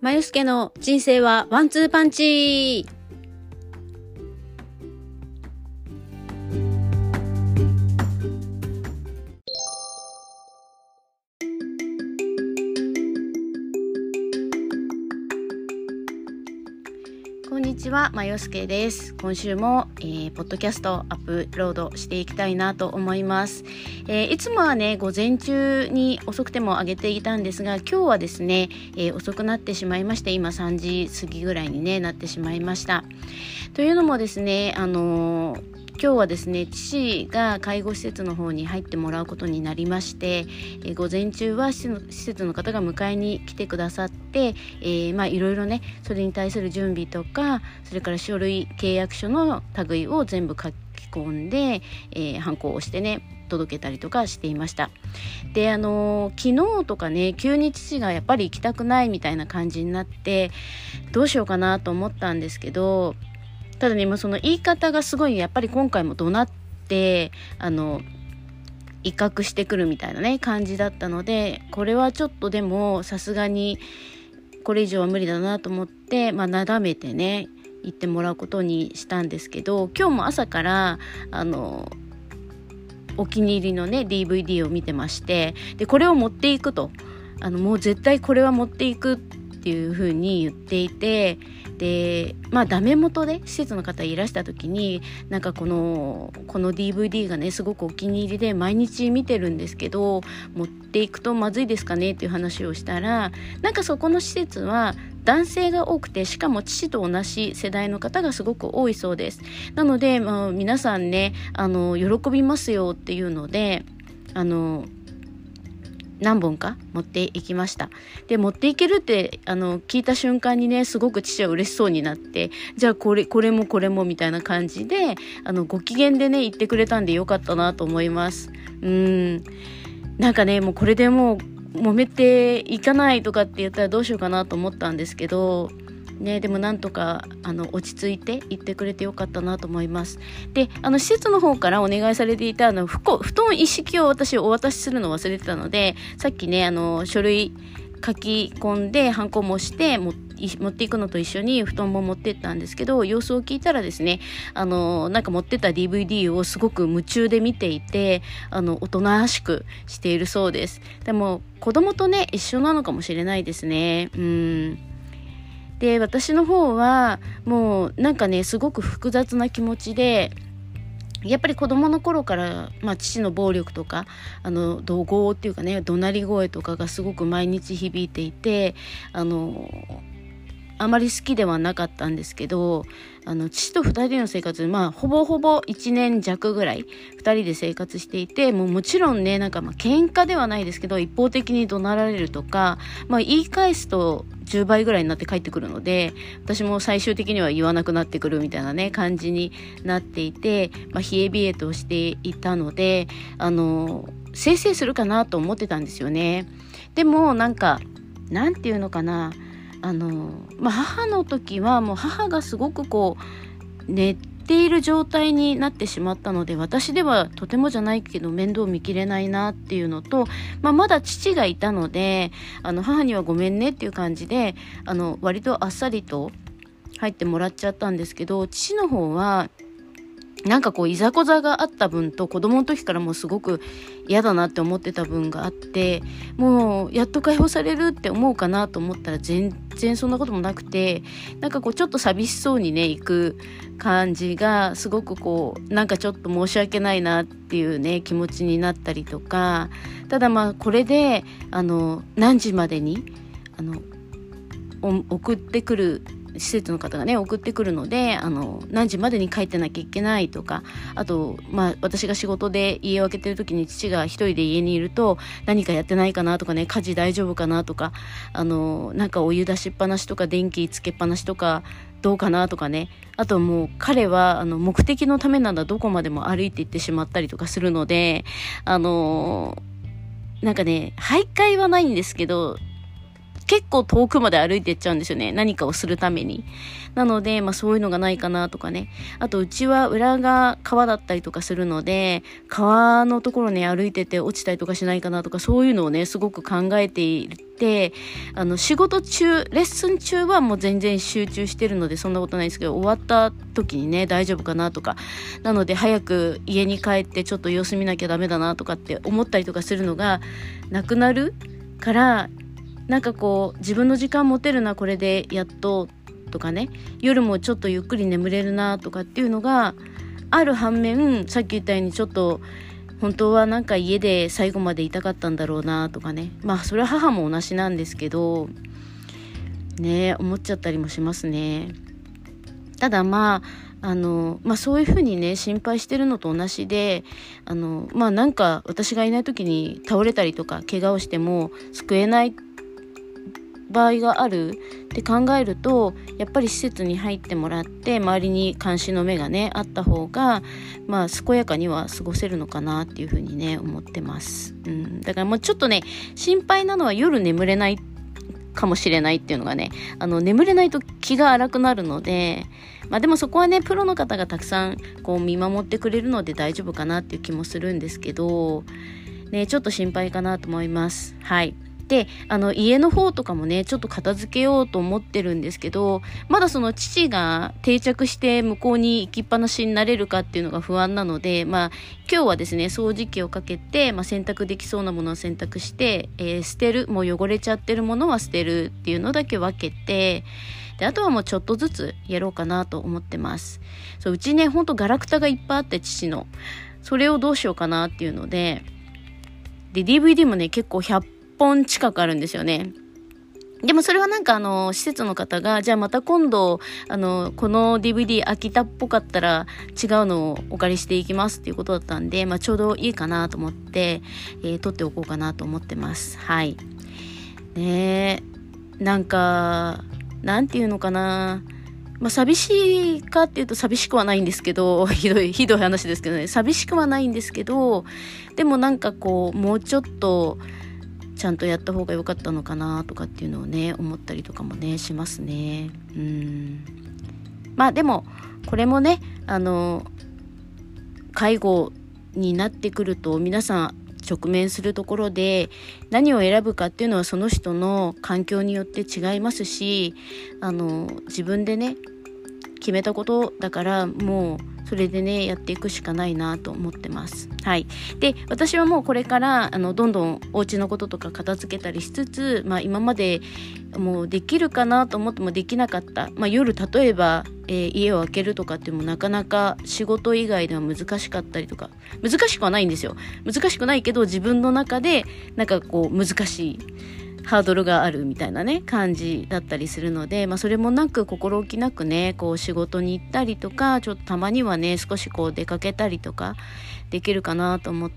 まゆすけの人生はワンツーパンチ。こんにちは、まゆすけです。今週も、ポッドキャストアップロードしていきたいなと思います。いつもはね、午前中に遅くても上げていたんですが、今日はですね、遅くなってしまいまして、今3時過ぎぐらいに、なってしまいました。というのもですね、今日はですね、父が介護施設の方に入ってもらうことになりまして、午前中は施設の方が迎えに来てくださって、いろいろね、それに対する準備とか、それから書類契約書の類を全部書き込んで、ハンコを押してね届けたりとかしていました。で、昨日とかね、急に父がやっぱり行きたくないみたいな感じになって、どうしようかなと思ったんですけど、ただね、その言い方がすごいやっぱり今回も怒鳴って威嚇してくるみたいなね感じだったので、これはちょっとでもさすがにこれ以上は無理だなと思って、なだめてね言ってもらうことにしたんですけど、今日も朝からお気に入りのね DVD を見てまして、でこれを持っていくと、もう絶対これは持っていくっていう風に言っていて、でダメ元で施設の方いらした時に、なんかこの DVD がねすごくお気に入りで毎日見てるんですけど、持っていくとまずいですかねっていう話をしたら、なんかそこの施設は男性が多くて、しかも父と同じ世代の方がすごく多いそうです。なので、皆さんね喜びますよっていうので何本か持っていきました。で、持っていけるって聞いた瞬間にね、すごく父は嬉しそうになって、じゃあこれもみたいな感じでご機嫌でね言ってくれたんでよかったなと思います。なんかね、もうこれでもう揉めていかないとかって言ったらどうしようかなと思ったんですけどね、でもなんとか落ち着いて言ってくれてよかったなと思います。で、施設の方からお願いされていた布団一式を私お渡しするのを忘れてたので、さっきね書類書き込んでハンコもして持っていくのと一緒に布団も持ってったんですけど、様子を聞いたらですね、なんか持ってった DVD をすごく夢中で見ていて、おとなしくしているそうです。でも子供とね一緒なのかもしれないですね。で、私の方はもうなんかねすごく複雑な気持ちで、やっぱり子供の頃から、父の暴力とか怒号っていうかね、怒鳴り声とかがすごく毎日響いていて、あまり好きではなかったんですけど、父と2人での生活、ほぼほぼ1年弱ぐらい2人で生活していて、もちろんね、なんか喧嘩ではないですけど、一方的に怒鳴られるとか、言い返すと10倍ぐらいになって帰ってくるので、私も最終的には言わなくなってくるみたいなね感じになっていて、冷え冷えとしていたので、せいせいするかなと思ってたんですよね。でもなんていうのかな、母の時はもう母がすごく寝ている状態になってしまったので、私ではとてもじゃないけど面倒見きれないなっていうのと、まだ父がいたので母にはごめんねっていう感じで割とあっさりと入ってもらっちゃったんですけど、父の方はなんかいざこざがあった分と、子供の時からもうすごく嫌だなって思ってた分があって、もうやっと解放されるって思うかなと思ったら全然そんなこともなくて、なんかちょっと寂しそうにね行く感じがすごくなんかちょっと申し訳ないなっていうね気持ちになったりとか、ただこれで何時までに送ってくる施設の方がね送ってくるので、何時までに帰ってなきゃいけないとか、あと私が仕事で家を空けてる時に父が一人で家にいると何かやってないかなとかね、家事大丈夫かなとか、なんかお湯出しっぱなしとか電気つけっぱなしとかどうかなとかね、あともう彼は目的のためならどこまでも歩いて行ってしまったりとかするので、なんかね徘徊はないんですけど、 結構遠くまで歩いてっちゃうんですよね。何かをするために。なので、そういうのがないかなとかね。あと、うちは裏が川だったりとかするので、川のところね、歩いてて落ちたりとかしないかなとか、そういうのをね、すごく考えていて、仕事中、レッスン中はもう全然集中してるので、そんなことないですけど、終わった時にね、大丈夫かなとか。なので、早く家に帰ってちょっと様子見なきゃダメだなとかって思ったりとかするのがなくなるから、なんかこう、自分の時間持てるな、これでやっと、とかね、夜もちょっとゆっくり眠れるなとかっていうのがある反面、さっき言ったようにちょっと本当はなんか家で最後までいたかったんだろうなとかね、それは母も同じなんですけどね、思っちゃったりもしますね。ただそういうふうにね、心配してるのと同じで、なんか私がいない時に倒れたりとか怪我をしても救えない場合があるって考えると、やっぱり施設に入ってもらって周りに監視の目がねあった方が健やかには過ごせるのかなっていうふうにね思ってます。だからもうちょっとね、心配なのは夜眠れないかもしれないっていうのがね、眠れないと気が荒くなるので、でもそこはね、プロの方がたくさんこう見守ってくれるので大丈夫かなっていう気もするんですけどね、ちょっと心配かなと思います。はい。で、家の方とかもね、ちょっと片付けようと思ってるんですけど、まだその父が定着して向こうに行きっぱなしになれるかっていうのが不安なので、今日はですね、掃除機をかけて、洗濯できそうなものを洗濯して、捨てる、もう汚れちゃってるものは捨てるっていうのだけ分けて、で、あとはもうちょっとずつやろうかなと思ってます。そう、うちね、ほんとガラクタがいっぱいあって、父の。それをどうしようかなっていうので、DVD もね、結構100本近くあるんですよね。でもそれはなんか施設の方が、じゃあまた今度この DVD 飽きたっぽかったら違うのをお借りしていきますっていうことだったんで、ちょうどいいかなと思って、撮っておこうかなと思ってます。はい。ねえ、なんかなんていうのかな、寂しいかっていうと寂しくはないんですけど、ひどい話ですけどね、寂しくはないんですけど、でもなんかこうもうちょっとちゃんとやった方が良かったのかなとかっていうのをね思ったりとかもねしますね。でもこれもね、介護になってくると皆さん直面するところで、何を選ぶかっていうのはその人の環境によって違いますし、自分でね決めたことだから、もうそれでねやっていくしかないなと思ってます。はい。で、私はもうこれからどんどんお家のこととか片付けたりしつつ、今までもうできるかなと思ってもできなかった、夜例えば、家を開けるとかっていうのもなかなか仕事以外では難しかったりとか、難しくはないんですよ。難しくないけど自分の中でなんかこう難しいハードルがあるみたいなね感じだったりするので、それもなく心置きなくねこう仕事に行ったりとか、ちょっとたまにはね少しこう出かけたりとかできるかなと思って、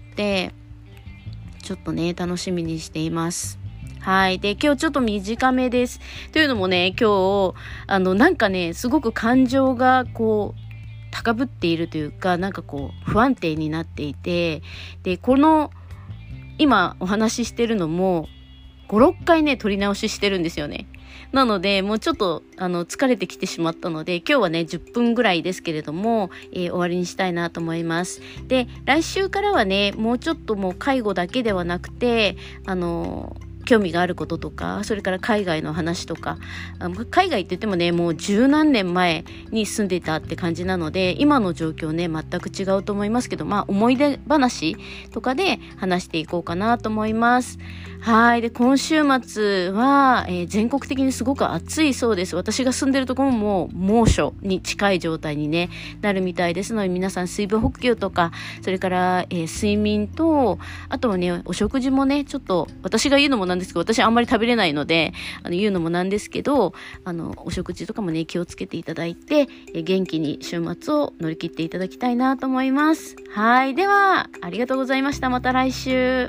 ちょっとね楽しみにしています。はい。で、今日ちょっと短めです。というのもね、今日なんかねすごく感情がこう高ぶっているというか、なんかこう不安定になっていて、でこの今お話ししてるのも5、6回ね、撮り直ししてるんですよね。なので、もうちょっと、疲れてきてしまったので、今日はね、10分ぐらいですけれども、終わりにしたいなと思います。で、来週からはね、もうちょっともう介護だけではなくて、興味があることとか、それから海外の話とか、海外って言ってもね、もう十何年前に住んでいたって感じなので、今の状況ね、全く違うと思いますけど、思い出話とかで話していこうかなと思います。はい。で、今週末は、全国的にすごく暑いそうです。私が住んでるところももう猛暑に近い状態に、ね、なるみたいですので、皆さん水分補給とか、それから、睡眠と、あとはね、お食事もね、ちょっと私が言うのもなんですけど、私あんまり食べれないので、言うのもなんですけど、お食事とかもね、気をつけていただいて、元気に週末を乗り切っていただきたいなと思います。はい。では、ありがとうございました。また来週。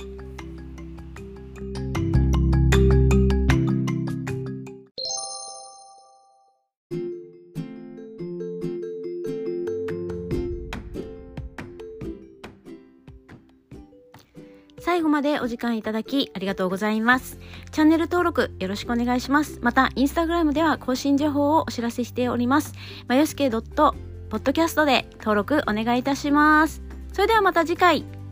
最後までお時間いただきありがとうございます。チャンネル登録よろしくお願いします。また、インスタグラムでは更新情報をお知らせしております。まよすけ.podcastで登録お願いいたします。それではまた次回。